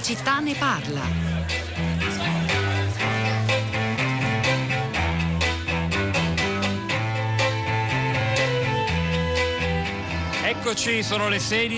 città ne parla. Eccoci, sono le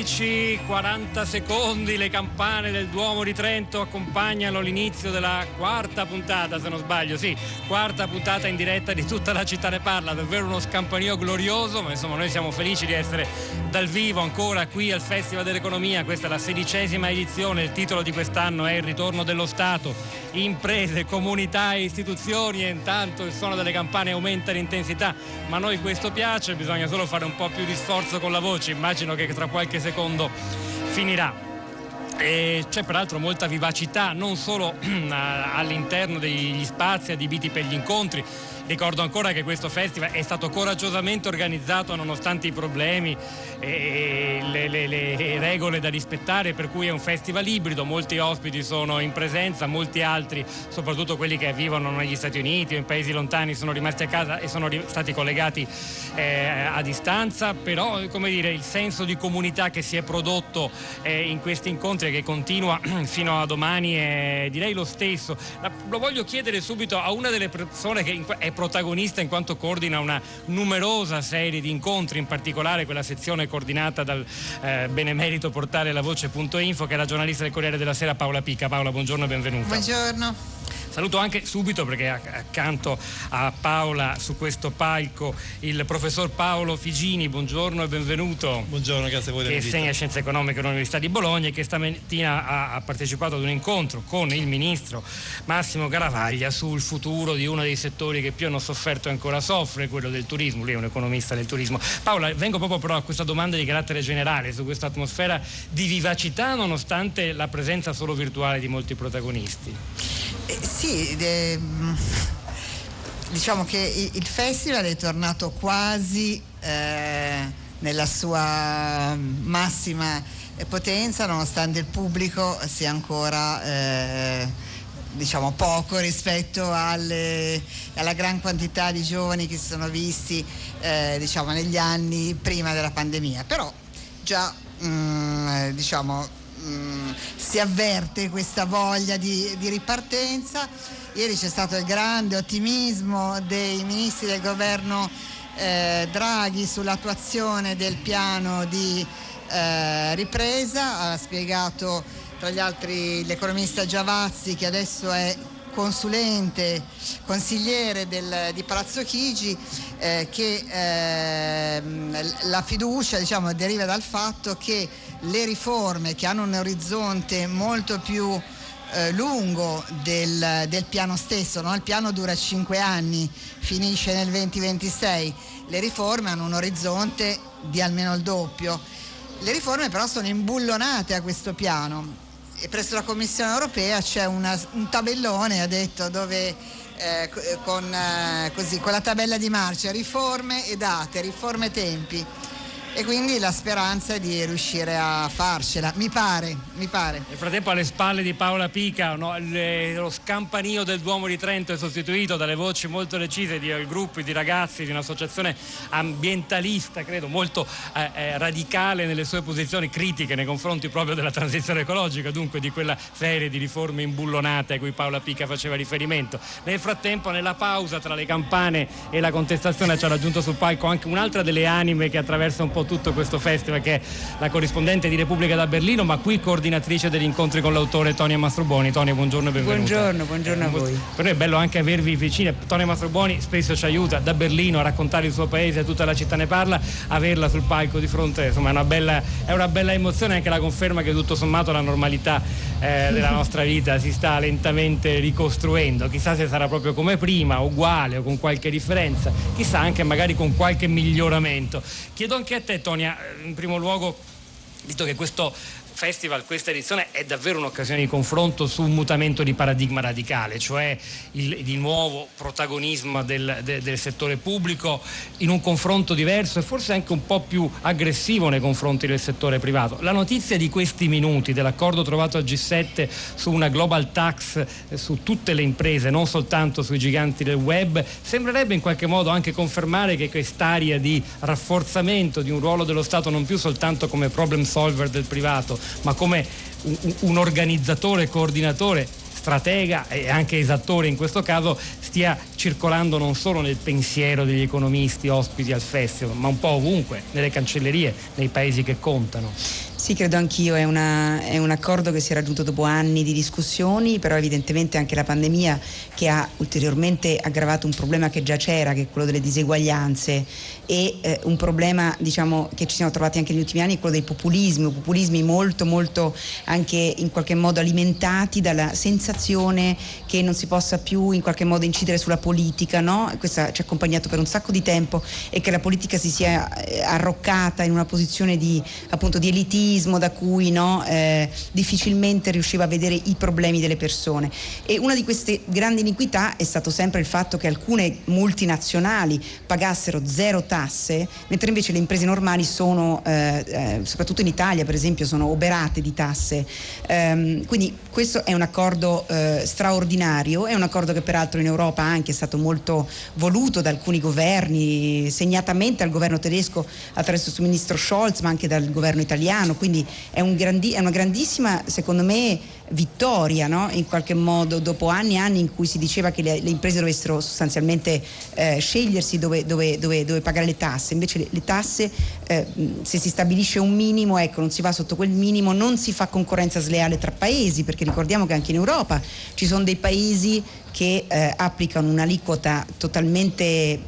16:40, le campane del Duomo di Trento accompagnano l'inizio della quarta puntata, se non sbaglio, sì, quarta puntata in diretta di Tutta la città ne parla, davvero uno scampanio glorioso, ma insomma noi siamo felici di essere dal vivo ancora qui al Festival dell'Economia. Questa è la 16ª edizione, il titolo di quest'anno è Il ritorno dello Stato, imprese, comunità e istituzioni, e intanto il suono delle campane aumenta l'intensità, ma a noi questo piace, bisogna solo fare un po' più di sforzo con la voce. Immagino che tra qualche secondo finirà. E c'è peraltro molta vivacità non solo all'interno degli spazi adibiti per gli incontri. Ricordo ancora che questo festival è stato coraggiosamente organizzato nonostante i problemi e le regole da rispettare, per cui è un festival ibrido. Molti ospiti sono in presenza, molti altri, soprattutto quelli che vivono negli Stati Uniti o in paesi lontani, sono rimasti a casa e sono stati collegati a distanza, però come dire, il senso di comunità che si è prodotto in questi incontri e che continua fino a domani è direi lo stesso. Lo voglio chiedere subito a una delle persone che è protagonista in quanto coordina una numerosa serie di incontri, in particolare quella sezione coordinata dal benemerito portale lavoce.info, che è la giornalista del Corriere della Sera Paola Pica. Paola, buongiorno e benvenuta. Buongiorno. Saluto anche subito, perché accanto a Paola su questo palco, il professor Paolo Figini. Buongiorno e benvenuto. Buongiorno, grazie a voi. Che insegna Scienze Economiche all'Università di Bologna e che stamattina ha partecipato ad un incontro con il ministro Massimo Garavaglia sul futuro di uno dei settori che più hanno sofferto e ancora soffre, quello del turismo. Lui è un economista del turismo. Paola, vengo proprio però a questa domanda di carattere generale su questa atmosfera di vivacità nonostante la presenza solo virtuale di molti protagonisti. Sì, diciamo che il festival è tornato quasi nella sua massima potenza, nonostante il pubblico sia ancora diciamo poco rispetto alla gran quantità di giovani che si sono visti diciamo negli anni prima della pandemia, però già diciamo si avverte questa voglia di ripartenza. Ieri c'è stato il grande ottimismo dei ministri del governo Draghi sull'attuazione del piano di ripresa. Ha spiegato tra gli altri l'economista Giavazzi, che adesso è consigliere di Palazzo Chigi, che la fiducia diciamo deriva dal fatto che le riforme, che hanno un orizzonte molto più lungo del piano stesso, no? Il piano dura 5 anni, finisce nel 2026, le riforme hanno un orizzonte di almeno il doppio. Le riforme però sono imbullonate a questo piano e presso la Commissione europea c'è un tabellone, ha detto, dove con la tabella di marcia, riforme e date, riforme e tempi, e quindi la speranza è di riuscire a farcela, mi pare. Nel frattempo alle spalle di Paola Pica, no, lo scampanio del Duomo di Trento è sostituito dalle voci molto decise di gruppi di ragazzi di un'associazione ambientalista, credo molto radicale nelle sue posizioni critiche nei confronti proprio della transizione ecologica, dunque di quella serie di riforme imbullonate a cui Paola Pica faceva riferimento. Nel frattempo, nella pausa tra le campane e la contestazione, ci ha raggiunto sul palco anche un'altra delle anime che attraversa un po' tutto questo festival, che è la corrispondente di Repubblica da Berlino, ma qui coordinatrice degli incontri con l'autore Tonia Mastroboni. Tonia, buongiorno e benvenuta. Buongiorno a voi. Per noi è bello anche avervi vicine. Tonia Mastroboni spesso ci aiuta da Berlino a raccontare il suo paese, Tutta la città ne parla, averla sul palco di fronte, insomma è una bella emozione, anche la conferma che tutto sommato la normalità della nostra vita si sta lentamente ricostruendo. Chissà se sarà proprio come prima, uguale o con qualche differenza, chissà anche magari con qualche miglioramento. Chiedo anche a te, Tonia, in primo luogo, visto che questo festival, questa edizione è davvero un'occasione di confronto su un mutamento di paradigma radicale, cioè il nuovo protagonismo del settore pubblico in un confronto diverso e forse anche un po' più aggressivo nei confronti del settore privato. La notizia di questi minuti dell'accordo trovato al G7 su una global tax su tutte le imprese, non soltanto sui giganti del web, sembrerebbe in qualche modo anche confermare che quest'area di rafforzamento di un ruolo dello Stato non più soltanto come problem solver del privato, ma come un organizzatore, coordinatore, stratega e anche esattore in questo caso, stia circolando non solo nel pensiero degli economisti ospiti al festival, ma un po' ovunque, nelle cancellerie, nei paesi che contano. Sì, credo anch'io, è un accordo che si è raggiunto dopo anni di discussioni, però evidentemente anche la pandemia che ha ulteriormente aggravato un problema che già c'era, che è quello delle diseguaglianze, e un problema, diciamo, che ci siamo trovati anche negli ultimi anni, quello dei populismi molto molto anche in qualche modo alimentati dalla sensazione che non si possa più in qualche modo incidere sulla politica, no? Questa ci ha accompagnato per un sacco di tempo, e che la politica si sia arroccata in una posizione di appunto di elitismo, da cui difficilmente riusciva a vedere i problemi delle persone. E una di queste grandi iniquità è stato sempre il fatto che alcune multinazionali pagassero zero tasse, mentre invece le imprese normali sono, soprattutto in Italia per esempio, sono oberate di tasse. Quindi questo è un accordo straordinario, è un accordo che peraltro in Europa anche è stato molto voluto da alcuni governi, segnatamente dal governo tedesco attraverso il suo ministro Scholz, ma anche dal governo italiano. Quindi è una grandissima, secondo me, vittoria, no? In qualche modo, dopo anni e anni in cui si diceva che le imprese dovessero sostanzialmente scegliersi dove pagare le tasse. Invece le tasse, se si stabilisce un minimo, ecco, non si va sotto quel minimo, non si fa concorrenza sleale tra paesi, perché ricordiamo che anche in Europa ci sono dei paesi che applicano un'aliquota totalmente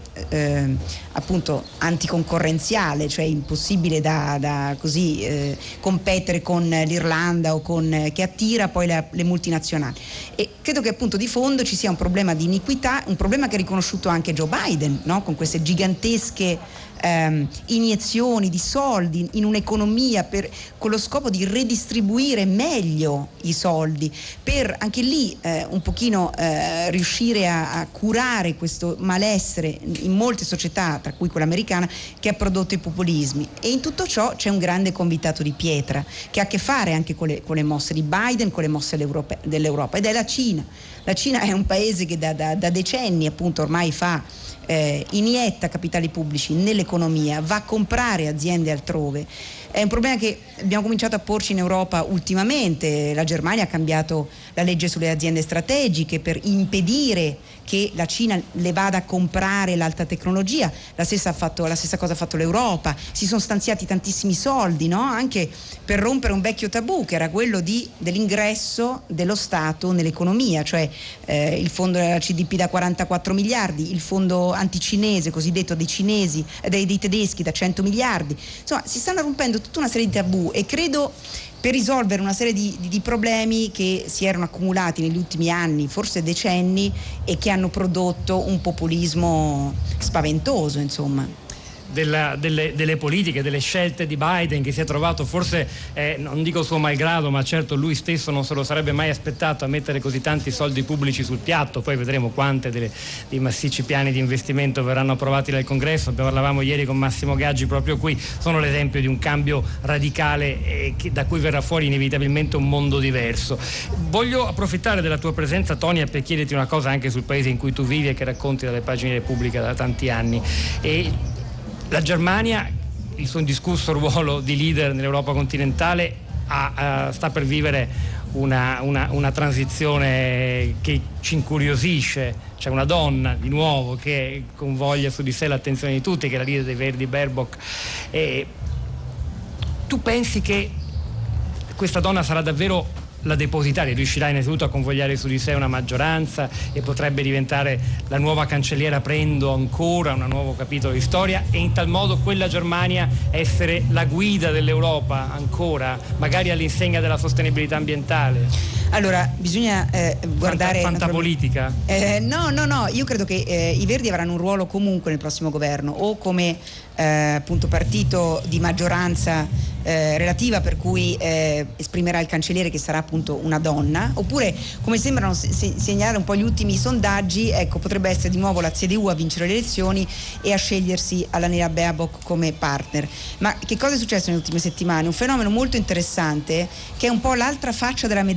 appunto anticoncorrenziale, cioè impossibile da così competere con l'Irlanda o che attira poi le multinazionali. E credo che appunto di fondo ci sia un problema di iniquità, un problema che ha riconosciuto anche Joe Biden, no? Con queste gigantesche iniezioni di soldi in un'economia con lo scopo di redistribuire meglio i soldi, per anche lì un pochino riuscire a curare questo malessere in molte società, tra cui quella americana, che ha prodotto i populismi. E in tutto ciò c'è un grande convitato di pietra che ha a che fare anche con le mosse di Biden, con le mosse dell'Europa, ed è la Cina. La Cina è un paese che da decenni appunto ormai inietta capitali pubblici nell'economia, va a comprare aziende altrove. È un problema che abbiamo cominciato a porci in Europa ultimamente. La Germania ha cambiato la legge sulle aziende strategiche per impedire che la Cina le vada a comprare l'alta tecnologia. La stessa cosa ha fatto l'Europa. Si sono stanziati tantissimi soldi, no? Anche per rompere un vecchio tabù, che era quello dell'ingresso dello Stato nell'economia, cioè il fondo della CDP da 44 miliardi, il fondo anticinese cosiddetto dei tedeschi da 100 miliardi. Insomma, si stanno rompendo tutta una serie di tabù, e credo per risolvere una serie di problemi che si erano accumulati negli ultimi anni, forse decenni, e che hanno prodotto un populismo spaventoso, insomma. Delle politiche, delle scelte di Biden, che si è trovato forse, non dico suo malgrado, ma certo lui stesso non se lo sarebbe mai aspettato, a mettere così tanti soldi pubblici sul piatto. Poi vedremo quante dei massicci piani di investimento verranno approvati dal Congresso. Parlavamo ieri con Massimo Gaggi proprio qui, sono l'esempio di un cambio radicale da cui verrà fuori inevitabilmente un mondo diverso. Voglio approfittare della tua presenza, Tonia, per chiederti una cosa anche sul paese in cui tu vivi e che racconti dalle pagine di Repubblica da tanti anni. La Germania, il suo indiscusso ruolo di leader nell'Europa continentale, sta per vivere una transizione che ci incuriosisce. C'è una donna di nuovo che convoglia su di sé l'attenzione di tutti, che è la leader dei Verdi, Baerbock. Tu pensi che questa donna sarà davvero la depositaria, riuscirà innanzitutto a convogliare su di sé una maggioranza e potrebbe diventare la nuova cancelliera, aprendo ancora un nuovo capitolo di storia, e in tal modo quella Germania essere la guida dell'Europa ancora, magari all'insegna della sostenibilità ambientale? Allora, bisogna guardare... Fantapolitica? No, io credo che i Verdi avranno un ruolo comunque nel prossimo governo, o come appunto partito di maggioranza relativa, per cui esprimerà il cancelliere, che sarà appunto una donna, oppure, come sembrano segnalare un po' gli ultimi sondaggi, ecco, potrebbe essere di nuovo la CDU a vincere le elezioni e a scegliersi Annalena Baerbock come partner. Ma che cosa è successo nelle ultime settimane? Un fenomeno molto interessante, che è un po' l'altra faccia della medaglia della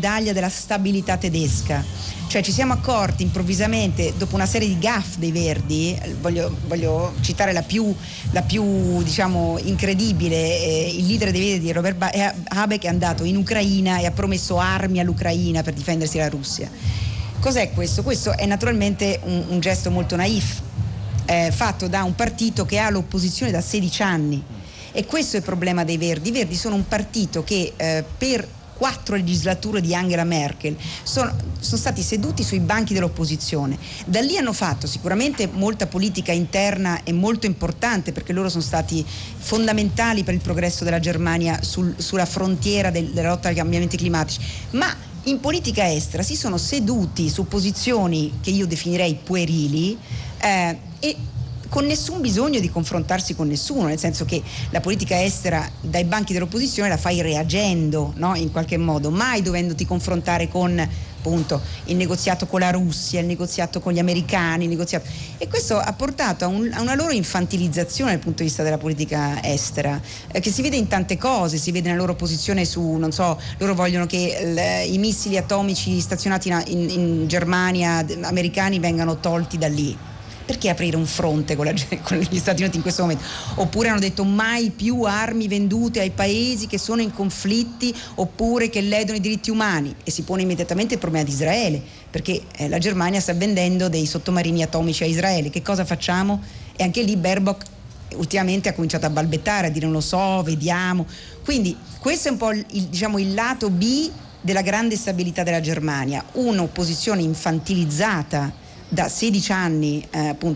della stabilità tedesca. Cioè ci siamo accorti improvvisamente, dopo una serie di gaffe dei Verdi, voglio citare la più diciamo incredibile, il leader dei Verdi, Robert Habeck, è andato in Ucraina e ha promesso armi all'Ucraina per difendersi dalla Russia. Cos'è questo? Questo è naturalmente un gesto molto naif, fatto da un partito che ha l'opposizione da 16 anni, e questo è il problema dei Verdi. I Verdi sono un partito che per 4 legislature di Angela Merkel sono stati seduti sui banchi dell'opposizione. Da lì hanno fatto sicuramente molta politica interna e molto importante, perché loro sono stati fondamentali per il progresso della Germania sulla frontiera della lotta ai cambiamenti climatici, ma in politica estera si sono seduti su posizioni che io definirei puerili e con nessun bisogno di confrontarsi con nessuno, nel senso che la politica estera dai banchi dell'opposizione la fai reagendo, no? In qualche modo, mai dovendoti confrontare con appunto il negoziato con la Russia, il negoziato con gli americani, e questo ha portato a una loro infantilizzazione dal punto di vista della politica estera, che si vede in tante cose. Si vede nella loro posizione su, non so, loro vogliono che i missili atomici stazionati in Germania americani vengano tolti da lì. Perché aprire un fronte con gli Stati Uniti in questo momento? Oppure hanno detto mai più armi vendute ai paesi che sono in conflitti oppure che ledono i diritti umani, e si pone immediatamente il problema di Israele, perché la Germania sta vendendo dei sottomarini atomici a Israele. Che cosa facciamo? E anche lì Baerbock ultimamente ha cominciato a balbettare, a dire non lo so, vediamo. Quindi questo è un po' il lato B della grande stabilità della Germania, un'opposizione infantilizzata da 16 anni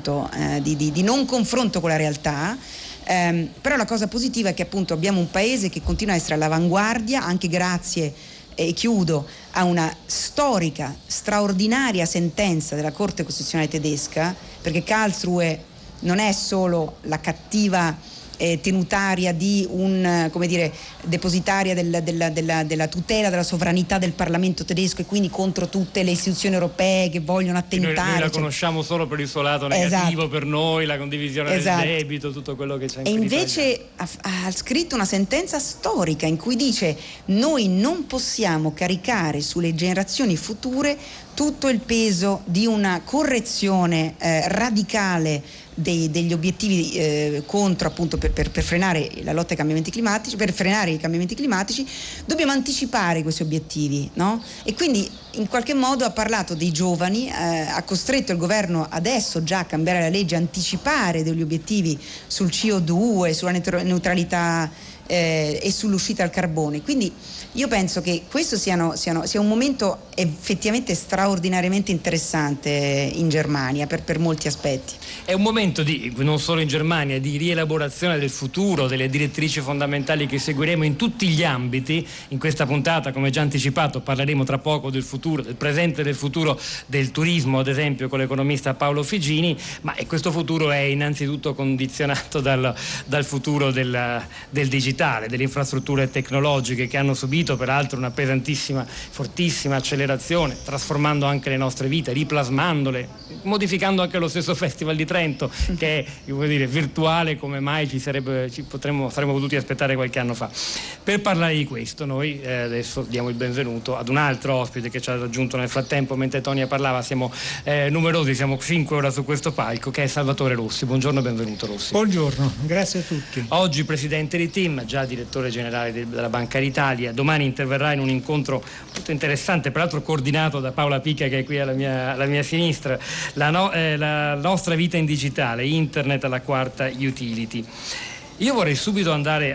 di non confronto con la realtà, però la cosa positiva è che appunto abbiamo un paese che continua a essere all'avanguardia, anche grazie, e chiudo, a una storica, straordinaria sentenza della Corte Costituzionale tedesca, perché Karlsruhe non è solo la cattiva tenutaria di depositaria della tutela della sovranità del Parlamento tedesco, e quindi contro tutte le istituzioni europee che vogliono attentare. Noi la conosciamo solo per il suo lato negativo, per noi, la condivisione del debito, tutto quello che c'è in Italia. E invece ha scritto una sentenza storica in cui dice: noi non possiamo caricare sulle generazioni future tutto il peso di una correzione radicale degli obiettivi contro, appunto, per frenare la lotta ai cambiamenti climatici, per frenare i cambiamenti climatici. Dobbiamo anticipare questi obiettivi, no? E quindi in qualche modo ha parlato dei giovani, ha costretto il governo adesso già a cambiare la legge, anticipare degli obiettivi sul CO2, sulla neutralità e sull'uscita al carbone. Quindi io penso che questo sia un momento effettivamente straordinariamente interessante in Germania per molti aspetti. È un momento non solo in Germania, di rielaborazione del futuro, delle direttrici fondamentali che seguiremo in tutti gli ambiti. In questa puntata, come già anticipato, parleremo tra poco del futuro, del presente e del futuro del turismo, ad esempio con l'economista Paolo Figini, ma questo futuro è innanzitutto condizionato dal futuro del digitale, delle infrastrutture tecnologiche, che hanno subito peraltro una pesantissima, fortissima accelerazione, trasformando anche le nostre vite, riplasmandole, modificando anche lo stesso Festival di Trento, che è virtuale come mai saremmo potuti aspettare qualche anno fa. Per parlare di questo noi adesso diamo il benvenuto ad un altro ospite che ci ha raggiunto nel frattempo mentre Tonia parlava. Siamo numerosi, siamo 5 ora su questo palco, che è Salvatore Rossi. Buongiorno e benvenuto, Rossi. Buongiorno, grazie a tutti. Oggi presidente di TIM, già direttore generale della Banca d'Italia. Domani interverrà in un incontro molto interessante, peraltro coordinato da Paola Picca, che è qui alla mia sinistra, la nostra vita in digitale, internet alla quarta utility. Io vorrei subito andare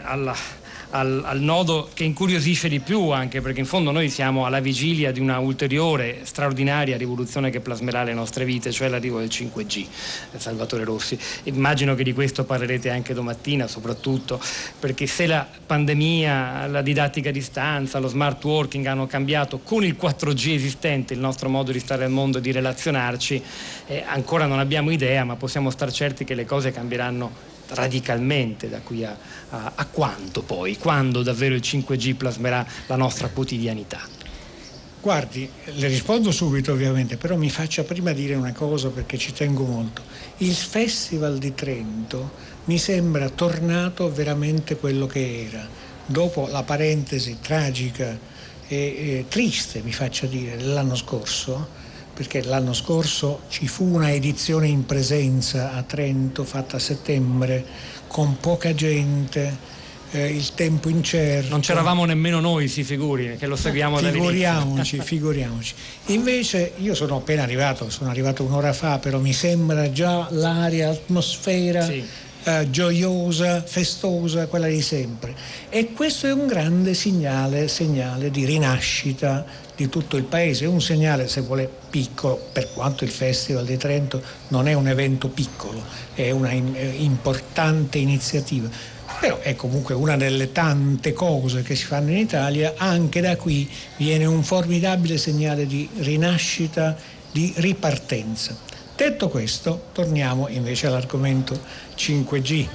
al nodo che incuriosisce di più, anche perché in fondo noi siamo alla vigilia di una ulteriore straordinaria rivoluzione che plasmerà le nostre vite, cioè l'arrivo del 5G. Salvatore Rossi, immagino che di questo parlerete anche domattina, soprattutto perché se la pandemia, la didattica a distanza, lo smart working hanno cambiato con il 4G esistente il nostro modo di stare al mondo e di relazionarci, ancora non abbiamo idea, ma possiamo star certi che le cose cambieranno radicalmente da qui a quando poi? Quando davvero il 5G plasmerà la nostra quotidianità? Guardi, le rispondo subito ovviamente, però mi faccia prima dire una cosa perché ci tengo molto. Il Festival di Trento mi sembra tornato veramente quello che era, dopo la parentesi tragica triste, mi faccia dire, dell'anno scorso, perché l'anno scorso ci fu una edizione in presenza a Trento fatta a settembre con poca gente, il tempo incerto. Non c'eravamo nemmeno noi, si figuri, che lo seguiamo dall'inizio. Figuriamoci. Invece io sono appena arrivato, un'ora fa, però mi sembra già l'aria, l'atmosfera gioiosa, festosa, quella di sempre. E questo è un grande segnale di rinascita di tutto il paese, un segnale, se vuole, piccolo, per quanto il Festival di Trento non è un evento piccolo, è una importante iniziativa, però è comunque una delle tante cose che si fanno in Italia. Anche da qui viene un formidabile segnale di rinascita, di ripartenza. Detto questo, torniamo invece all'argomento 5G.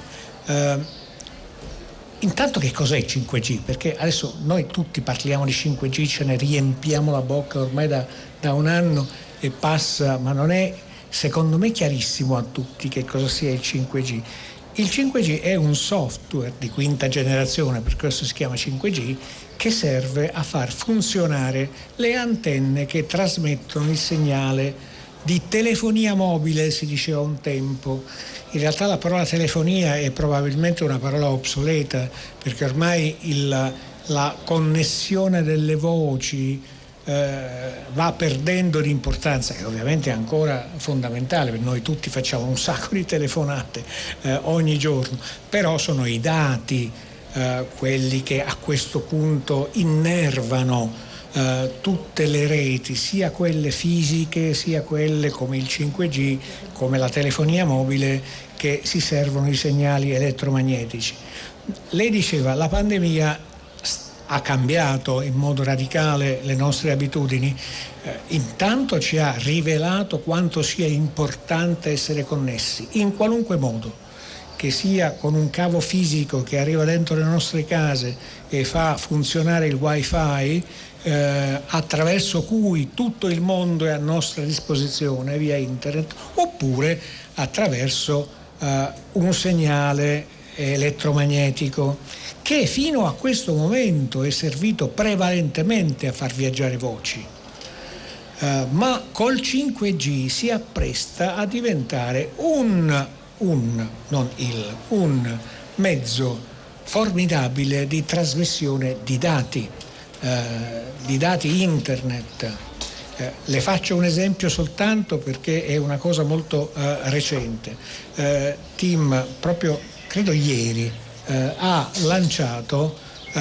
Intanto, che cos'è il 5G? Perché adesso noi tutti parliamo di 5G, ce ne riempiamo la bocca ormai da un anno e passa, ma non è, secondo me, chiarissimo a tutti che cosa sia il 5G. Il 5G è un software di quinta generazione, per questo si chiama 5G, che serve a far funzionare le antenne che trasmettono il segnale di telefonia mobile, si diceva un tempo. In realtà la parola telefonia è probabilmente una parola obsoleta, perché ormai la connessione delle voci va perdendo di importanza, che ovviamente è ancora fondamentale, perché noi tutti facciamo un sacco di telefonate ogni giorno, però sono i dati quelli che a questo punto innervano tutte le reti, sia quelle fisiche sia quelle come il 5G, come la telefonia mobile, che si servono i segnali elettromagnetici. Lei diceva, la pandemia ha cambiato in modo radicale le nostre abitudini, intanto ci ha rivelato quanto sia importante essere connessi in qualunque modo, che sia con un cavo fisico che arriva dentro le nostre case e fa funzionare il wifi, attraverso cui tutto il mondo è a nostra disposizione via internet, oppure attraverso un segnale elettromagnetico che fino a questo momento è servito prevalentemente a far viaggiare voci, ma col 5G si appresta a diventare un mezzo formidabile di trasmissione di dati internet. Le faccio un esempio soltanto perché è una cosa molto recente. TIM, proprio credo ieri, ha lanciato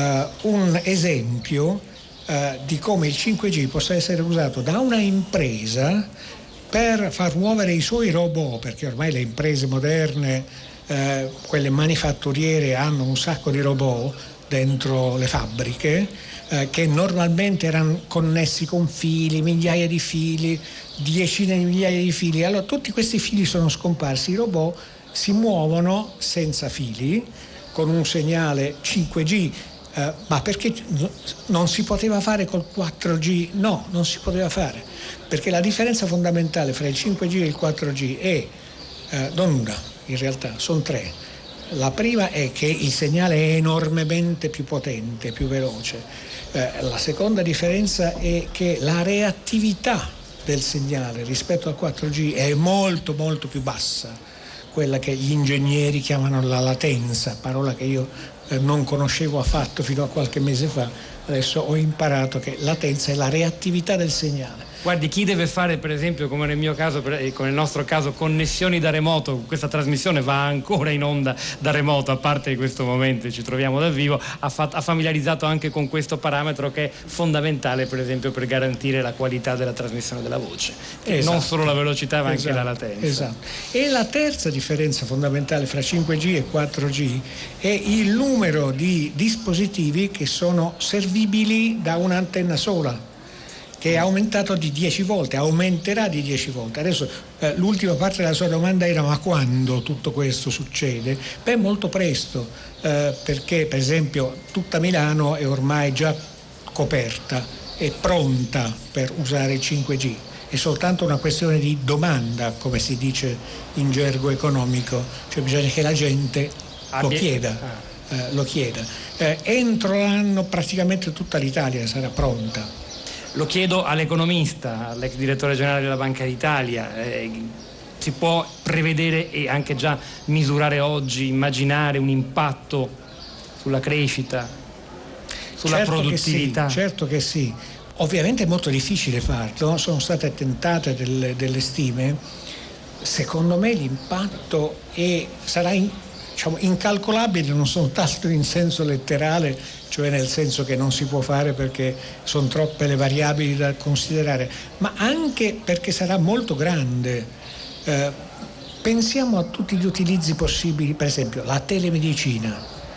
un esempio di come il 5G possa essere usato da una impresa per far muovere i suoi robot, perché ormai le imprese moderne, quelle manifatturiere, hanno un sacco di robot dentro le fabbriche, che normalmente erano connessi con fili, migliaia di fili, decine di migliaia di fili. Allora tutti questi fili sono scomparsi, i robot si muovono senza fili con un segnale 5G, ma perché non si poteva fare col 4G? No, non si poteva fare, perché la differenza fondamentale fra il 5G e il 4G è non una, in realtà sono tre. La prima è che il segnale è enormemente più potente, più veloce. La seconda differenza è che la reattività del segnale rispetto al 4G è molto molto più bassa, quella che gli ingegneri chiamano la latenza, parola che io non conoscevo affatto fino a qualche mese fa. Adesso ho imparato che latenza è la reattività del segnale. Guardi, chi deve fare, per esempio, come nel mio caso, come nel nostro caso, connessioni da remoto, questa trasmissione va ancora in onda da remoto, a parte questo momento ci troviamo dal vivo, ha familiarizzato anche con questo parametro che è fondamentale, per esempio, per garantire la qualità della trasmissione della voce. Esatto. Non solo la velocità, ma anche la latenza. Esatto. E la terza differenza fondamentale fra 5G e 4G è il numero di dispositivi che sono servibili da un'antenna sola, che è aumentato di 10 volte, aumenterà di 10 volte. Adesso l'ultima parte della sua domanda era: ma quando tutto questo succede? Beh, molto presto, perché per esempio tutta Milano è ormai già coperta, è pronta per usare il 5G. È soltanto una questione di domanda, come si dice in gergo economico, cioè bisogna che la gente lo chieda. lo chieda. Entro l'anno praticamente tutta l'Italia sarà pronta. Lo chiedo all'economista, all'ex direttore generale della Banca d'Italia. Si può prevedere e anche già misurare oggi, immaginare un impatto sulla crescita, sulla produttività? Certo che sì. Ovviamente è molto difficile farlo, sono state tentate delle stime. Secondo me l'impatto sarà incalcolabile, non soltanto in senso letterale, cioè nel senso che non si può fare perché sono troppe le variabili da considerare, ma anche perché sarà molto grande. Pensiamo a tutti gli utilizzi possibili, per esempio la telemedicina.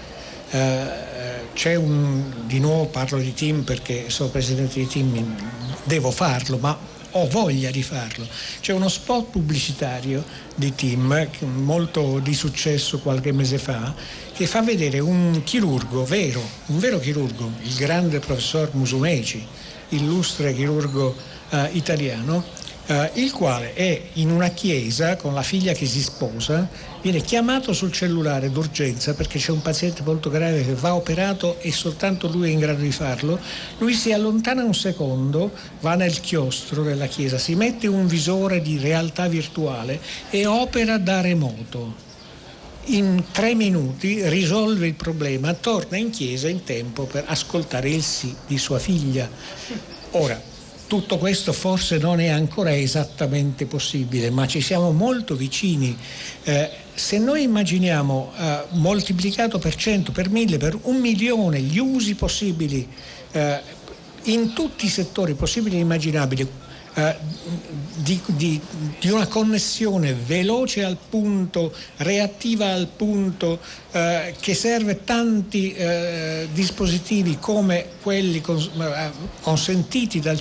C'è di nuovo parlo di TIM perché sono presidente di TIM, devo farlo, ma ho voglia di farlo. C'è uno spot pubblicitario di TIM molto di successo qualche mese fa, che fa vedere un chirurgo un vero chirurgo, il grande professor Musumeci, illustre chirurgo italiano, il quale è in una chiesa con la figlia che si sposa, viene chiamato sul cellulare d'urgenza perché c'è un paziente molto grave che va operato e soltanto lui è in grado di farlo. Lui si allontana un secondo, va nel chiostro della chiesa, si mette un visore di realtà virtuale e opera da remoto. In 3 minuti risolve il problema, torna in chiesa in tempo per ascoltare il sì di sua figlia. Ora, tutto questo forse non è ancora esattamente possibile, ma ci siamo molto vicini. Se noi immaginiamo moltiplicato per 100, per 1000, per 1 milione gli usi possibili in tutti i settori possibili e immaginabili, di una connessione veloce al punto, reattiva al punto, che serve tanti dispositivi come quelli consentiti dal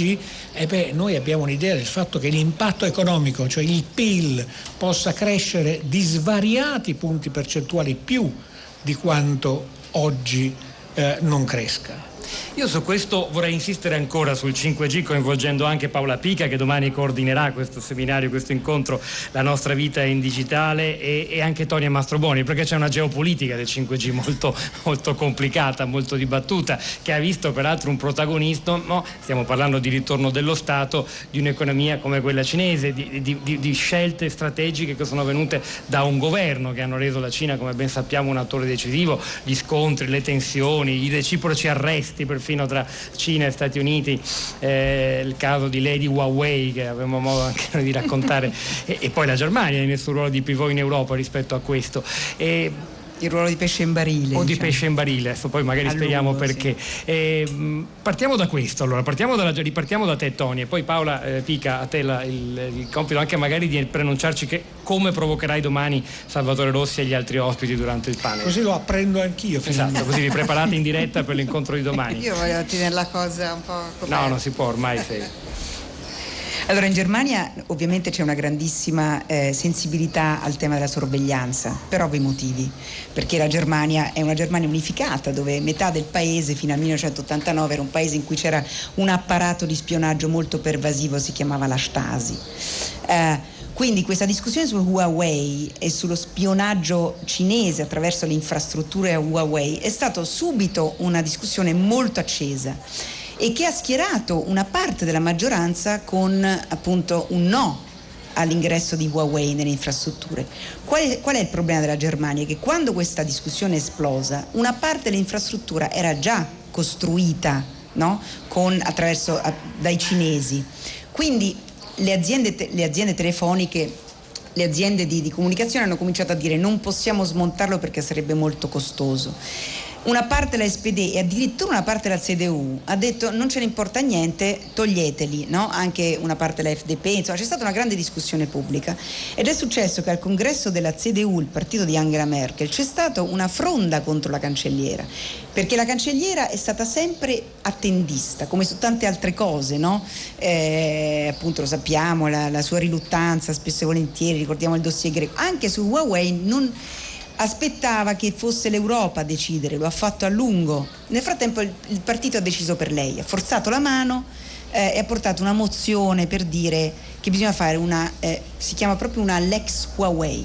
5G, noi abbiamo un'idea del fatto che l'impatto economico, cioè il PIL, possa crescere di svariati punti percentuali più di quanto oggi non cresca. Io su questo vorrei insistere ancora sul 5G, coinvolgendo anche Paola Pica, che domani coordinerà questo seminario, questo incontro, La nostra vita in digitale, e anche Tonia Mastroboni, perché c'è una geopolitica del 5G molto, molto complicata, molto dibattuta, che ha visto peraltro un protagonismo, stiamo parlando di ritorno dello Stato, di un'economia come quella cinese, di scelte strategiche che sono venute da un governo, che hanno reso la Cina, come ben sappiamo, un attore decisivo. Gli scontri, le tensioni, i reciproci arresti perfino tra Cina e Stati Uniti, il caso di Lady Huawei che avevamo modo anche noi di raccontare, e poi la Germania nel suo ruolo di pivot in Europa rispetto a questo. Il ruolo di pesce in barile. O di pesce in barile, adesso poi magari spieghiamo perché. Sì. Partiamo da questo, allora, ripartiamo da te, Tony, e poi Paola Pica, a te il compito anche magari di preannunciarci come provocherai domani Salvatore Rossi e gli altri ospiti durante il panel. Così lo apprendo anch'io. Esatto, così vi preparate in diretta per l'incontro di domani. Io voglio tenere la cosa un po' come... No, non si può, ormai sei... Allora, in Germania ovviamente c'è una grandissima sensibilità al tema della sorveglianza, per ovvi motivi, perché la Germania è una Germania unificata, dove metà del paese fino al 1989 era un paese in cui c'era un apparato di spionaggio molto pervasivo, si chiamava la Stasi. Quindi questa discussione su Huawei e sullo spionaggio cinese attraverso le infrastrutture Huawei è stata subito una discussione molto accesa, e che ha schierato una parte della maggioranza con appunto un no all'ingresso di Huawei nelle infrastrutture. Qual è il problema della Germania? Che quando questa discussione è esplosa, una parte dell'infrastruttura era già costruita, no? Dai cinesi. Quindi le aziende telefoniche, le aziende di comunicazione hanno cominciato a dire: non possiamo smontarlo perché sarebbe molto costoso. Una parte della SPD e addirittura una parte della CDU ha detto: non ce ne importa niente, toglieteli, no? Anche una parte della FDP, insomma c'è stata una grande discussione pubblica, ed è successo che al congresso della CDU, il partito di Angela Merkel, c'è stata una fronda contro la cancelliera, perché la cancelliera è stata sempre attendista, come su tante altre cose, no? Appunto lo sappiamo, la sua riluttanza spesso e volentieri, ricordiamo il dossier greco, anche su Huawei non aspettava che fosse l'Europa a decidere, lo ha fatto a lungo. Nel frattempo il partito ha deciso per lei, ha forzato la mano e ha portato una mozione per dire che bisogna fare si chiama proprio una Lex Huawei,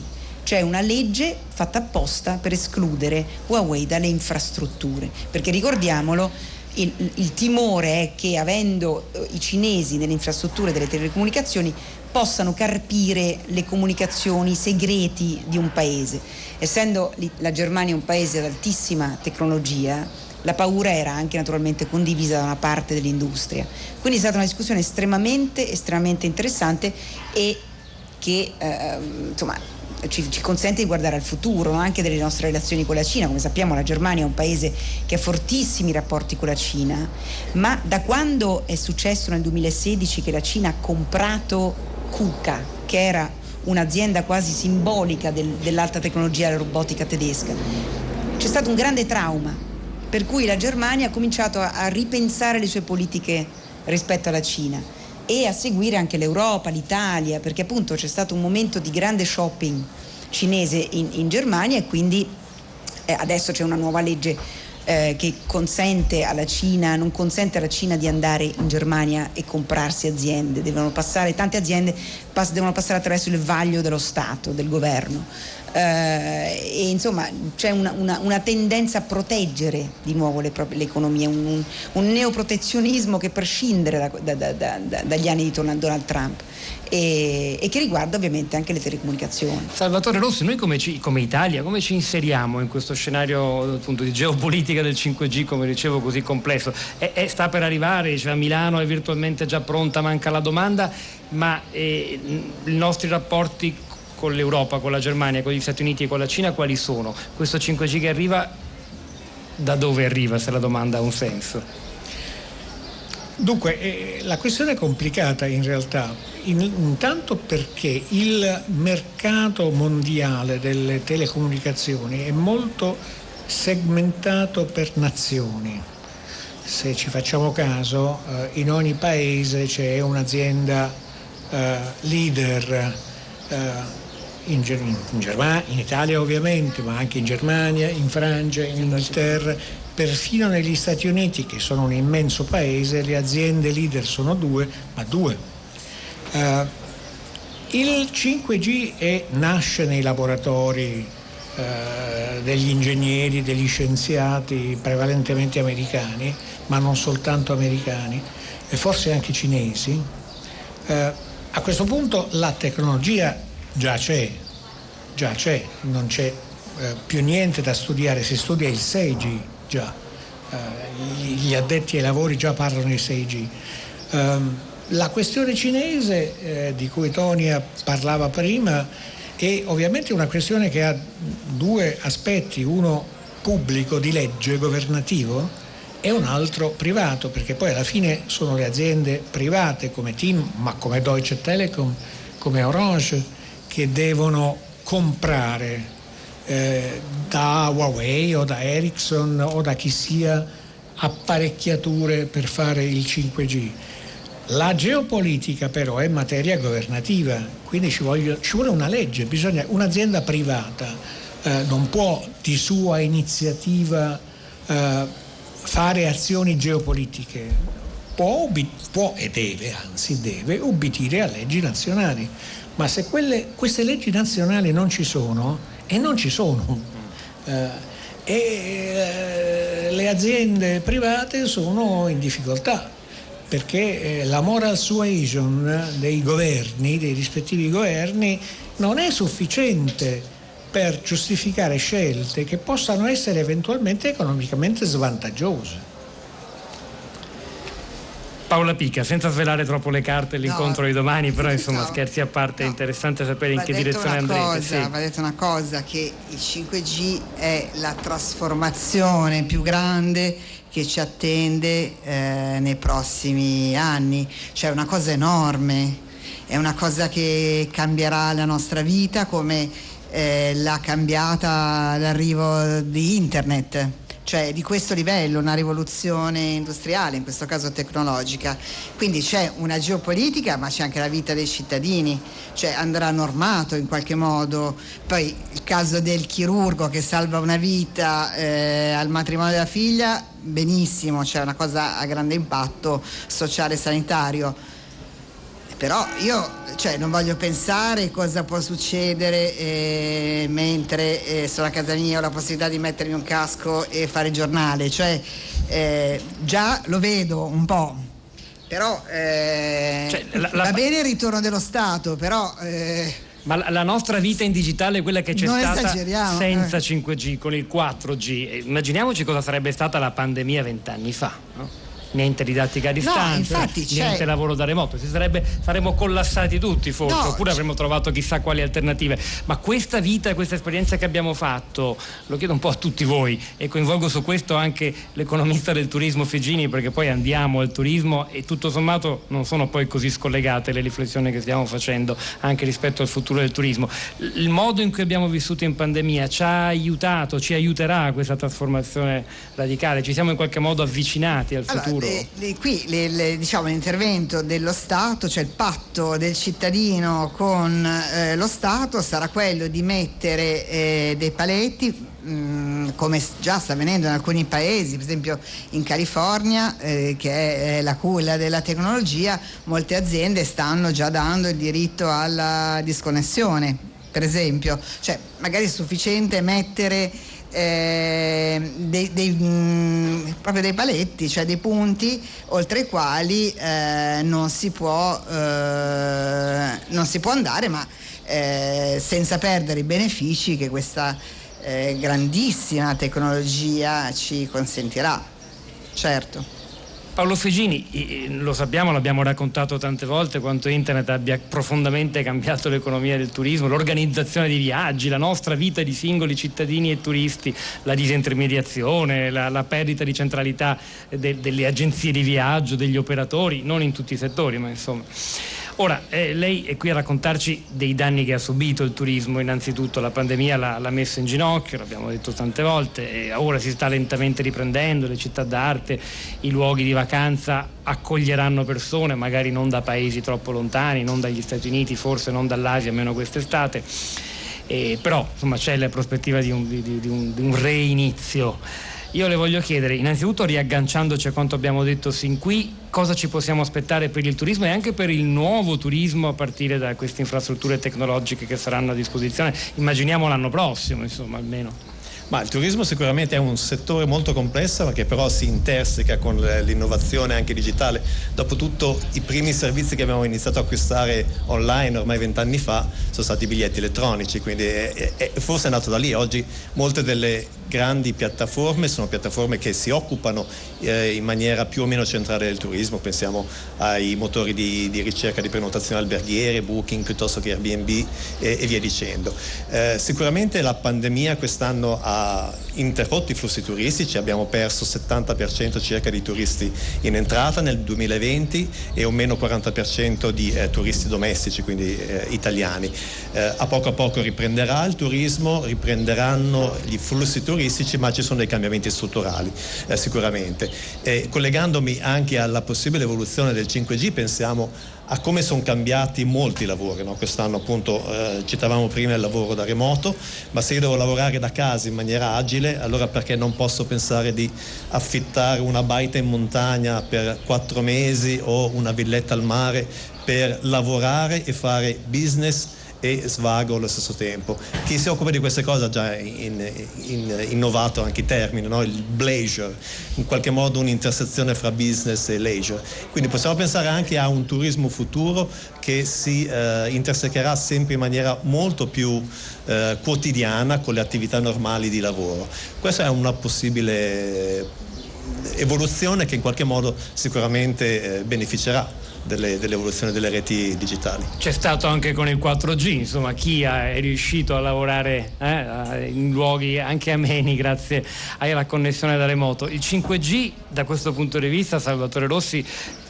c'è una legge fatta apposta per escludere Huawei dalle infrastrutture, perché ricordiamolo, il timore è che avendo i cinesi nelle infrastrutture delle telecomunicazioni possano carpire le comunicazioni segreti di un paese. Essendo la Germania un paese ad altissima tecnologia, la paura era anche naturalmente condivisa da una parte dell'industria. Quindi è stata una discussione estremamente interessante e che ci consente di guardare al futuro, no? Anche delle nostre relazioni con la Cina. Come sappiamo, la Germania è un paese che ha fortissimi rapporti con la Cina, ma da quando è successo nel 2016 che la Cina ha comprato KUKA, che era un'azienda quasi simbolica dell'alta tecnologia della robotica tedesca, c'è stato un grande trauma, per cui la Germania ha cominciato a ripensare le sue politiche rispetto alla Cina e a seguire anche l'Europa, l'Italia, perché appunto c'è stato un momento di grande shopping cinese in Germania, e quindi adesso c'è una nuova legge che consente alla Cina, non consente alla Cina di andare in Germania e comprarsi aziende. Tante aziende devono passare attraverso il vaglio dello Stato, del governo. E insomma c'è una tendenza a proteggere di nuovo l'economia, un neoprotezionismo che prescindere dagli anni di Donald Trump e che riguarda ovviamente anche le telecomunicazioni. Salvatore Rossi, noi come Italia come ci inseriamo in questo scenario appunto di geopolitica del 5G, come dicevo, così complesso? Sta per arrivare, cioè a Milano è virtualmente già pronta, manca la domanda, ma i nostri rapporti con l'Europa, con la Germania, con gli Stati Uniti e con la Cina quali sono? Questo 5G che arriva, da dove arriva, se la domanda ha un senso? Dunque, la questione è complicata in realtà, intanto perché il mercato mondiale delle telecomunicazioni è molto segmentato per nazioni. Se ci facciamo caso, in ogni paese c'è un'azienda leader, in Germania, in Italia ovviamente, ma anche in Germania, in Francia, in Inghilterra, perfino negli Stati Uniti, che sono un immenso paese, le aziende leader sono due. Il 5G nasce nei laboratori degli ingegneri, degli scienziati prevalentemente americani, ma non soltanto americani, e forse anche cinesi. A questo punto la tecnologia già c'è, non c'è più niente da studiare, si studia il 6G già, gli addetti ai lavori già parlano di 6G. La questione cinese di cui Tonia parlava prima è ovviamente una questione che ha due aspetti, uno pubblico di legge governativo e un altro privato, perché poi alla fine sono le aziende private come TIM, ma come Deutsche Telekom, come Orange, che devono comprare da Huawei o da Ericsson o da chi sia apparecchiature per fare il 5G. La geopolitica però è materia governativa, quindi ci vuole una legge, un'azienda privata non può di sua iniziativa fare azioni geopolitiche, può e deve obbedire a leggi nazionali, ma se queste leggi nazionali non ci sono, e non ci sono, le aziende private sono in difficoltà, perché la moral suasion dei governi, dei rispettivi governi, non è sufficiente per giustificare scelte che possano essere eventualmente economicamente svantaggiose. Paola Pica, senza svelare troppo le carte l'incontro di domani, però insomma scherzi a parte, è interessante sapere in che direzione andrete. Va detto una cosa, che il 5G è la trasformazione più grande che ci attende nei prossimi anni, cioè una cosa enorme, è una cosa che cambierà la nostra vita come l'ha cambiata l'arrivo di internet. Cioè di questo livello, una rivoluzione industriale, in questo caso tecnologica. Quindi c'è una geopolitica, ma c'è anche la vita dei cittadini, cioè andrà normato in qualche modo. Poi il caso del chirurgo che salva una vita al matrimonio della figlia, benissimo, cioè una cosa a grande impatto sociale e sanitario. Però io cioè non voglio pensare cosa può succedere mentre sono a casa mia, ho la possibilità di mettermi un casco e fare il giornale, cioè già lo vedo un po', però va bene il ritorno dello Stato, però ma la nostra vita in digitale è quella che c'è stata senza 5G, con il 4G. Immaginiamoci cosa sarebbe stata la pandemia 20 anni fa, no? Niente didattica a distanza, niente lavoro da remoto, saremmo collassati tutti forse, oppure avremmo trovato chissà quali alternative. Ma questa vita e questa esperienza che abbiamo fatto, lo chiedo un po' a tutti voi, e coinvolgo su questo anche l'economista del turismo Figini, perché poi andiamo al turismo e tutto sommato non sono poi così scollegate le riflessioni che stiamo facendo anche rispetto al futuro del turismo. Il modo in cui abbiamo vissuto in pandemia ci ha aiutato, ci aiuterà questa trasformazione radicale? Ci siamo in qualche modo avvicinati al futuro? Qui diciamo l'intervento dello Stato, cioè il patto del cittadino con lo Stato sarà quello di mettere dei paletti, come già sta avvenendo in alcuni paesi, per esempio in California, che è la culla della tecnologia, molte aziende stanno già dando il diritto alla disconnessione, per esempio, cioè magari è sufficiente mettere proprio dei paletti, cioè dei punti oltre i quali non si può andare, ma senza perdere i benefici che questa grandissima tecnologia ci consentirà, certo. Paolo Figini, lo sappiamo, l'abbiamo raccontato tante volte, quanto internet abbia profondamente cambiato l'economia del turismo, l'organizzazione di viaggi, la nostra vita di singoli cittadini e turisti, la disintermediazione, la perdita di centralità delle agenzie di viaggio, degli operatori, non in tutti i settori, ma insomma. Ora, lei è qui a raccontarci dei danni che ha subito il turismo. Innanzitutto la pandemia l'ha messo in ginocchio, l'abbiamo detto tante volte, e ora si sta lentamente riprendendo, le città d'arte, i luoghi di vacanza accoglieranno persone, magari non da paesi troppo lontani, non dagli Stati Uniti, forse non dall'Asia, almeno quest'estate, però insomma c'è la prospettiva di un reinizio. Io le voglio chiedere, innanzitutto, riagganciandoci a quanto abbiamo detto sin qui, cosa ci possiamo aspettare per il turismo e anche per il nuovo turismo a partire da queste infrastrutture tecnologiche che saranno a disposizione, immaginiamo l'anno prossimo, insomma, almeno. Ma il turismo sicuramente è un settore molto complesso, che però si interseca con l'innovazione anche digitale. Dopotutto i primi servizi che abbiamo iniziato a acquistare online ormai 20 anni fa sono stati i biglietti elettronici, quindi forse è nato da lì. Oggi molte delle grandi piattaforme sono piattaforme che si occupano in maniera più o meno centrale del turismo. Pensiamo ai motori di ricerca di prenotazione alberghiere, Booking piuttosto che Airbnb e via dicendo. Sicuramente la pandemia quest'anno ha interrotto i flussi turistici, abbiamo perso 70% circa di turisti in entrata nel 2020 e un meno 40% di turisti domestici, quindi italiani. A poco riprenderà il turismo, riprenderanno gli flussi turistici, ma ci sono dei cambiamenti strutturali sicuramente. Collegandomi anche alla possibile evoluzione del 5G, pensiamo a come sono cambiati molti lavori, no? Quest'anno appunto citavamo prima il lavoro da remoto, ma se io devo lavorare da casa in maniera agile, allora perché non posso pensare di affittare una baita in montagna per 4 mesi o una villetta al mare per lavorare e fare business e svago allo stesso tempo? Chi si occupa di queste cose ha già innovato anche i termini, no? Il bleisure, in qualche modo un'intersezione fra business e leisure. Quindi possiamo pensare anche a un turismo futuro che si intersecherà sempre in maniera molto più quotidiana con le attività normali di lavoro. Questa è una possibile evoluzione che in qualche modo sicuramente beneficerà dell'evoluzione delle reti digitali. C'è stato anche con il 4G, insomma, chi è riuscito a lavorare in luoghi anche ameni grazie alla connessione da remoto. Il 5G, da questo punto di vista, Salvatore Rossi,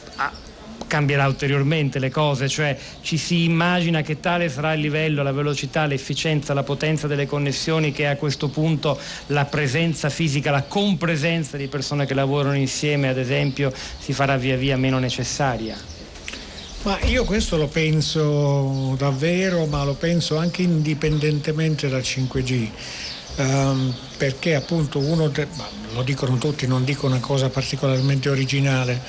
cambierà ulteriormente le cose, cioè ci si immagina che tale sarà il livello, la velocità, l'efficienza, la potenza delle connessioni, che a questo punto la presenza fisica, la compresenza di persone che lavorano insieme, ad esempio, si farà via via meno necessaria. Ma io questo lo penso davvero, ma lo penso anche indipendentemente dal 5G. perché appunto lo dicono tutti, non dico una cosa particolarmente originale,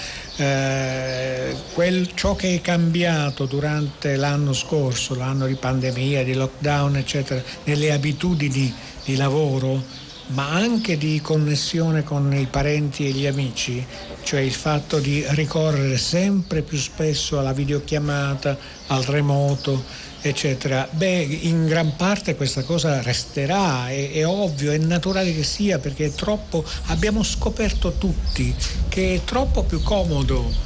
ciò che è cambiato durante l'anno scorso, l'anno di pandemia, di lockdown eccetera, nelle abitudini di lavoro, ma anche di connessione con i parenti e gli amici, cioè il fatto di ricorrere sempre più spesso alla videochiamata, al remoto, eccetera. In gran parte questa cosa resterà, è ovvio, è naturale che sia, perché abbiamo scoperto tutti che è troppo più comodo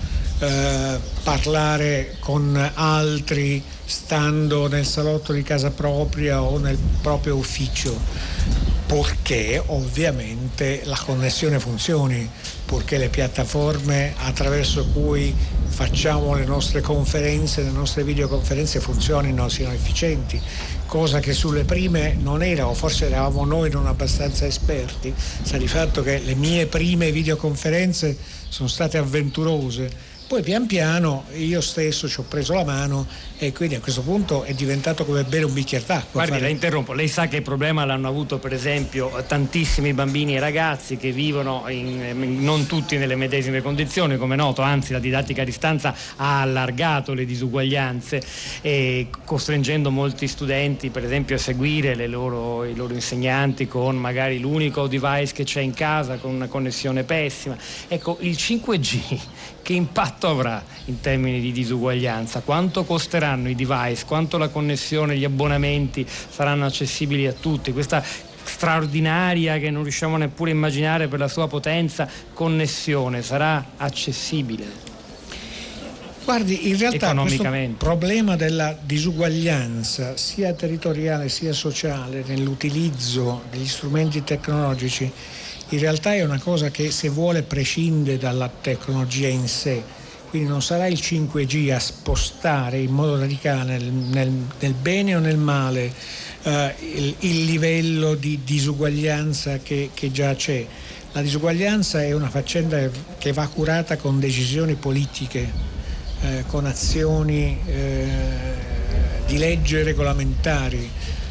parlare con altri stando nel salotto di casa propria o nel proprio ufficio, purché ovviamente la connessione funzioni, purché le piattaforme attraverso cui facciamo le nostre conferenze, le nostre videoconferenze funzionino, siano efficienti, cosa che sulle prime non era, o forse eravamo noi non abbastanza esperti. Sta di fatto che le mie prime videoconferenze sono state avventurose. Poi pian piano io stesso ci ho preso la mano e quindi a questo punto è diventato come bere un bicchiere d'acqua. Guardi, la interrompo, lei sa che il problema l'hanno avuto per esempio tantissimi bambini e ragazzi che vivono non tutti nelle medesime condizioni, come è noto, anzi la didattica a distanza ha allargato le disuguaglianze e costringendo molti studenti per esempio a seguire i loro insegnanti con magari l'unico device che c'è in casa, con una connessione pessima. Ecco, il 5G che impatto avrà in termini di disuguaglianza? Quanto costeranno i device? Quanto la connessione, gli abbonamenti saranno accessibili a tutti? Questa straordinaria, che non riusciamo neppure a immaginare per la sua potenza, connessione sarà accessibile? Guardi, in realtà questo problema della disuguaglianza sia territoriale sia sociale nell'utilizzo degli strumenti tecnologici in realtà è una cosa che, se vuole, prescinde dalla tecnologia in sé, quindi non sarà il 5G a spostare in modo radicale nel bene o nel male il livello di disuguaglianza che già c'è. La disuguaglianza è una faccenda che va curata con decisioni politiche, con azioni di legge regolamentari.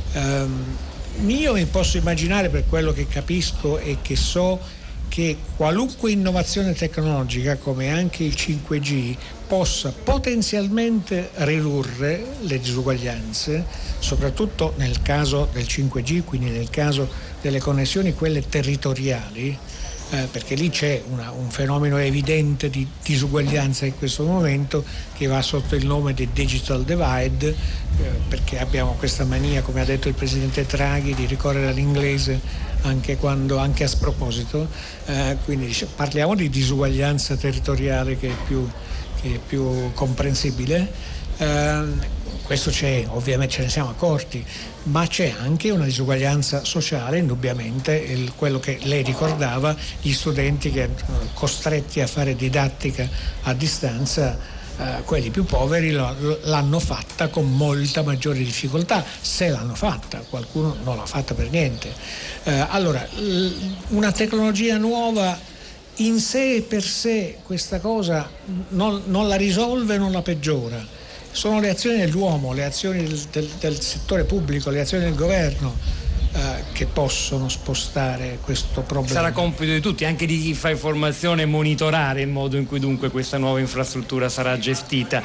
Io mi posso immaginare, per quello che capisco e che so, che qualunque innovazione tecnologica, come anche il 5G, possa potenzialmente ridurre le disuguaglianze, soprattutto nel caso del 5G, quindi nel caso delle connessioni, quelle territoriali, perché lì c'è un fenomeno evidente di disuguaglianza in questo momento che va sotto il nome di digital divide, perché abbiamo questa mania, come ha detto il presidente Draghi, di ricorrere all'inglese anche a sproposito, quindi parliamo di disuguaglianza territoriale che è più comprensibile. Questo c'è, ovviamente ce ne siamo accorti, ma c'è anche una disuguaglianza sociale, indubbiamente, quello che lei ricordava, gli studenti che costretti a fare didattica a distanza, quelli più poveri l'hanno fatta con molta maggiore difficoltà, se l'hanno fatta, qualcuno non l'ha fatta per niente. Allora, una tecnologia nuova in sé e per sé questa cosa non la risolve, non la peggiora. Sono le azioni dell'uomo, le azioni del settore pubblico, le azioni del governo che possono spostare questo problema. Sarà compito di tutti, anche di chi fa informazione, monitorare il modo in cui dunque questa nuova infrastruttura sarà gestita.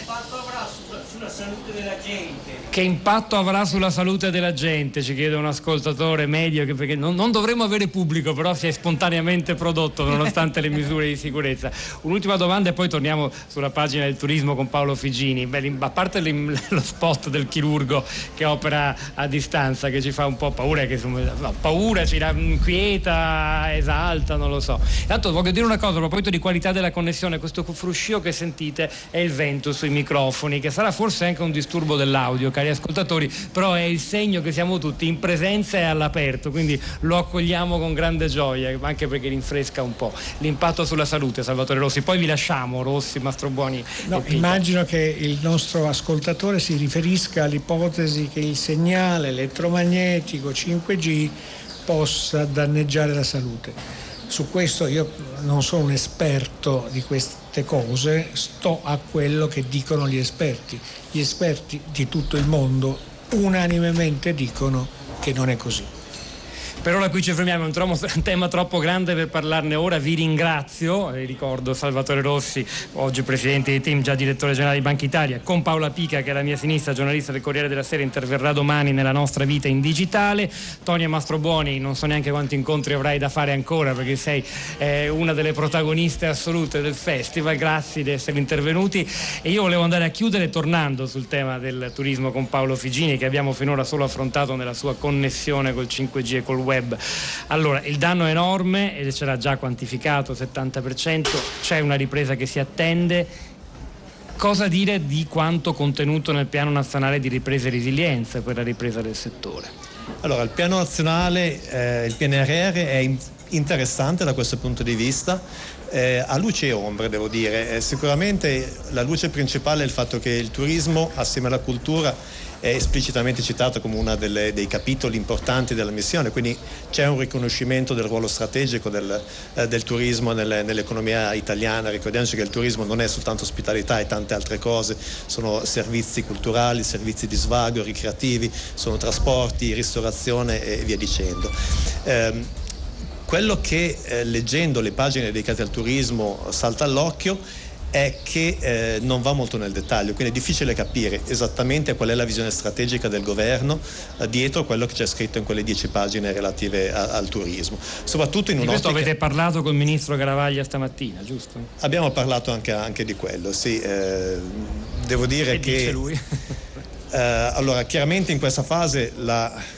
Che impatto avrà sulla salute della gente? Ci chiede un ascoltatore medio, perché non dovremmo avere pubblico, però si è spontaneamente prodotto nonostante le misure di sicurezza. Un'ultima domanda e poi torniamo sulla pagina del turismo con Paolo Figini. A parte lo spot del chirurgo che opera a distanza, che ci fa un po' paura, paura, ci inquieta, esalta, non lo so. Intanto voglio dire una cosa a proposito di qualità della connessione: questo fruscio che sentite è il vento sui microfoni, che sarà forse anche un disturbo dell'audio, cari ascoltatori, però è il segno che siamo tutti in presenza e all'aperto, quindi lo accogliamo con grande gioia, anche perché rinfresca un po'. L'impatto sulla salute, Salvatore Rossi, poi vi lasciamo, Rossi, Mastrobuoni. No, immagino che il nostro ascoltatore si riferisca all'ipotesi che il segnale elettromagnetico 5G possa danneggiare la salute. Su questo io non sono un esperto di queste cose, sto a quello che dicono gli esperti. Gli esperti di tutto il mondo unanimemente dicono che non è così. Per ora qui ci fermiamo, è un tema troppo grande per parlarne ora. Vi ringrazio, ricordo Salvatore Rossi, oggi presidente di team, già direttore generale di Banca Italia, con Paola Pica, che è alla mia sinistra, giornalista del Corriere della Sera, interverrà domani nella nostra vita in digitale. Tonia Mastrobuoni, non so neanche quanti incontri avrai da fare ancora, perché sei una delle protagoniste assolute del festival. Grazie di essere intervenuti, e io volevo andare a chiudere tornando sul tema del turismo con Paolo Figini, che abbiamo finora solo affrontato nella sua connessione col 5G e col web. Allora, il danno è enorme e ce l'ha già quantificato, 70%, c'è una ripresa che si attende. Cosa dire di quanto contenuto nel piano nazionale di ripresa e resilienza per la ripresa del settore? Allora, il piano nazionale, il PNRR è interessante da questo punto di vista, a luce e ombre, devo dire. Sicuramente la luce principale è il fatto che il turismo, assieme alla cultura, è esplicitamente citato come uno dei capitoli importanti della missione, quindi c'è un riconoscimento del ruolo strategico del turismo nell'economia italiana. Ricordiamoci che il turismo non è soltanto ospitalità e tante altre cose, sono servizi culturali, servizi di svago, ricreativi, sono trasporti, ristorazione e via dicendo. Quello che leggendo le pagine dedicate al turismo salta all'occhio è che non va molto nel dettaglio, quindi è difficile capire esattamente qual è la visione strategica del governo dietro quello che c'è scritto in quelle 10 pagine relative al turismo. Soprattutto in un'ottica... Di questo avete parlato col ministro Garavaglia stamattina, giusto? Abbiamo parlato anche di quello, sì. Devo dire che dice lui? Allora, chiaramente in questa fase la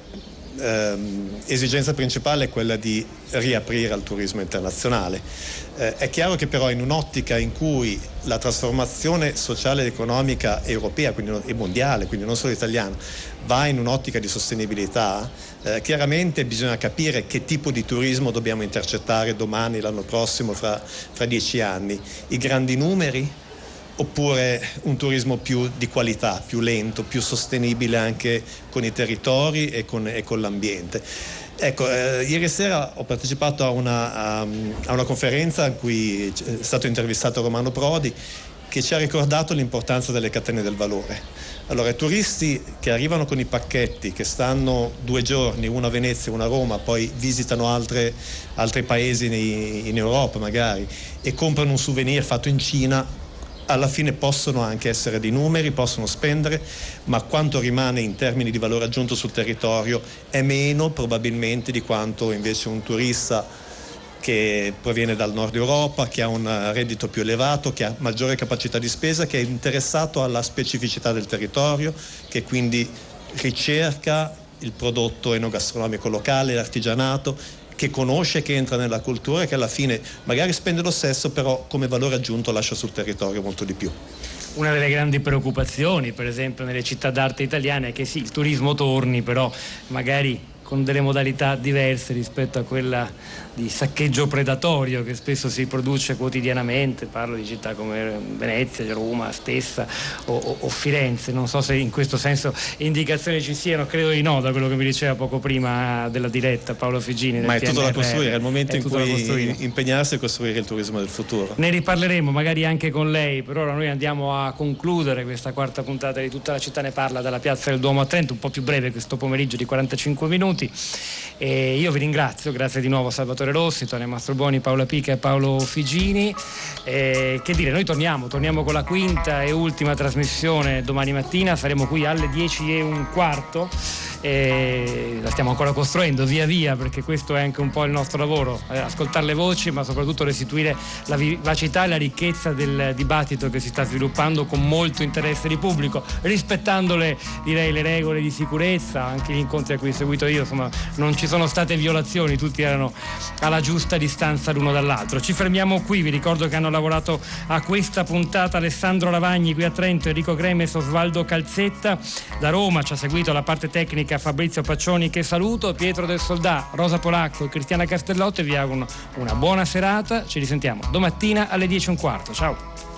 esigenza principale è quella di riaprire al turismo internazionale. È chiaro che però in un'ottica in cui la trasformazione sociale ed economica europea, e mondiale, quindi non solo italiana, va in un'ottica di sostenibilità, chiaramente bisogna capire che tipo di turismo dobbiamo intercettare domani, l'anno prossimo, fra 10 anni. I grandi numeri, oppure un turismo più di qualità, più lento, più sostenibile anche con i territori e con l'ambiente. Ecco, ieri sera ho partecipato a una conferenza in cui è stato intervistato Romano Prodi, che ci ha ricordato l'importanza delle catene del valore. Allora, i turisti che arrivano con i pacchetti, che stanno 2 giorni, uno a Venezia e uno a Roma, poi visitano altri paesi in Europa magari, e comprano un souvenir fatto in Cina, alla fine possono anche essere di numeri, possono spendere, ma quanto rimane in termini di valore aggiunto sul territorio è meno probabilmente di quanto invece un turista che proviene dal nord Europa, che ha un reddito più elevato, che ha maggiore capacità di spesa, che è interessato alla specificità del territorio, che quindi ricerca il prodotto enogastronomico locale, l'artigianato, che conosce, che entra nella cultura e che alla fine magari spende lo stesso, però come valore aggiunto lascia sul territorio molto di più. Una delle grandi preoccupazioni, per esempio, nelle città d'arte italiane è che sì, il turismo torni, però magari con delle modalità diverse rispetto a quella di saccheggio predatorio che spesso si produce quotidianamente. Parlo di città come Venezia, Roma stessa o Firenze. Non so se in questo senso indicazioni ci siano, credo di no, da quello che mi diceva poco prima della diretta Paolo Figini. Ma è tutto da costruire, è il momento in cui impegnarsi a costruire il turismo del futuro. Ne riparleremo magari anche con lei. Per ora noi andiamo a concludere questa quarta puntata di Tutta la città ne parla dalla Piazza del Duomo a Trento, un po' più breve questo pomeriggio di 45 minuti. E io vi ringrazio, grazie di nuovo a Salvatore Rossi, Tonia Mastrobuoni, Paola Pica e Paolo Figini. Che dire, noi torniamo con la quinta e ultima trasmissione domani mattina, saremo qui alle 10:15. La stiamo ancora costruendo via via, perché questo è anche un po' il nostro lavoro, ascoltare le voci, ma soprattutto restituire la vivacità e la ricchezza del dibattito che si sta sviluppando con molto interesse di pubblico, rispettando le regole di sicurezza. Anche gli incontri a cui ho seguito io, insomma, non ci sono state violazioni, tutti erano alla giusta distanza l'uno dall'altro. Ci fermiamo qui, vi ricordo che hanno lavorato a questa puntata Alessandro Lavagni qui a Trento, Enrico Cremes, Osvaldo Calzetta. Da Roma ci ha seguito la parte tecnica Fabrizio Paccioni, che saluto, Pietro del Soldà, Rosa Polacco e Cristiana Castellotti. Vi auguro una buona serata, ci risentiamo domattina alle 10:15. Ciao.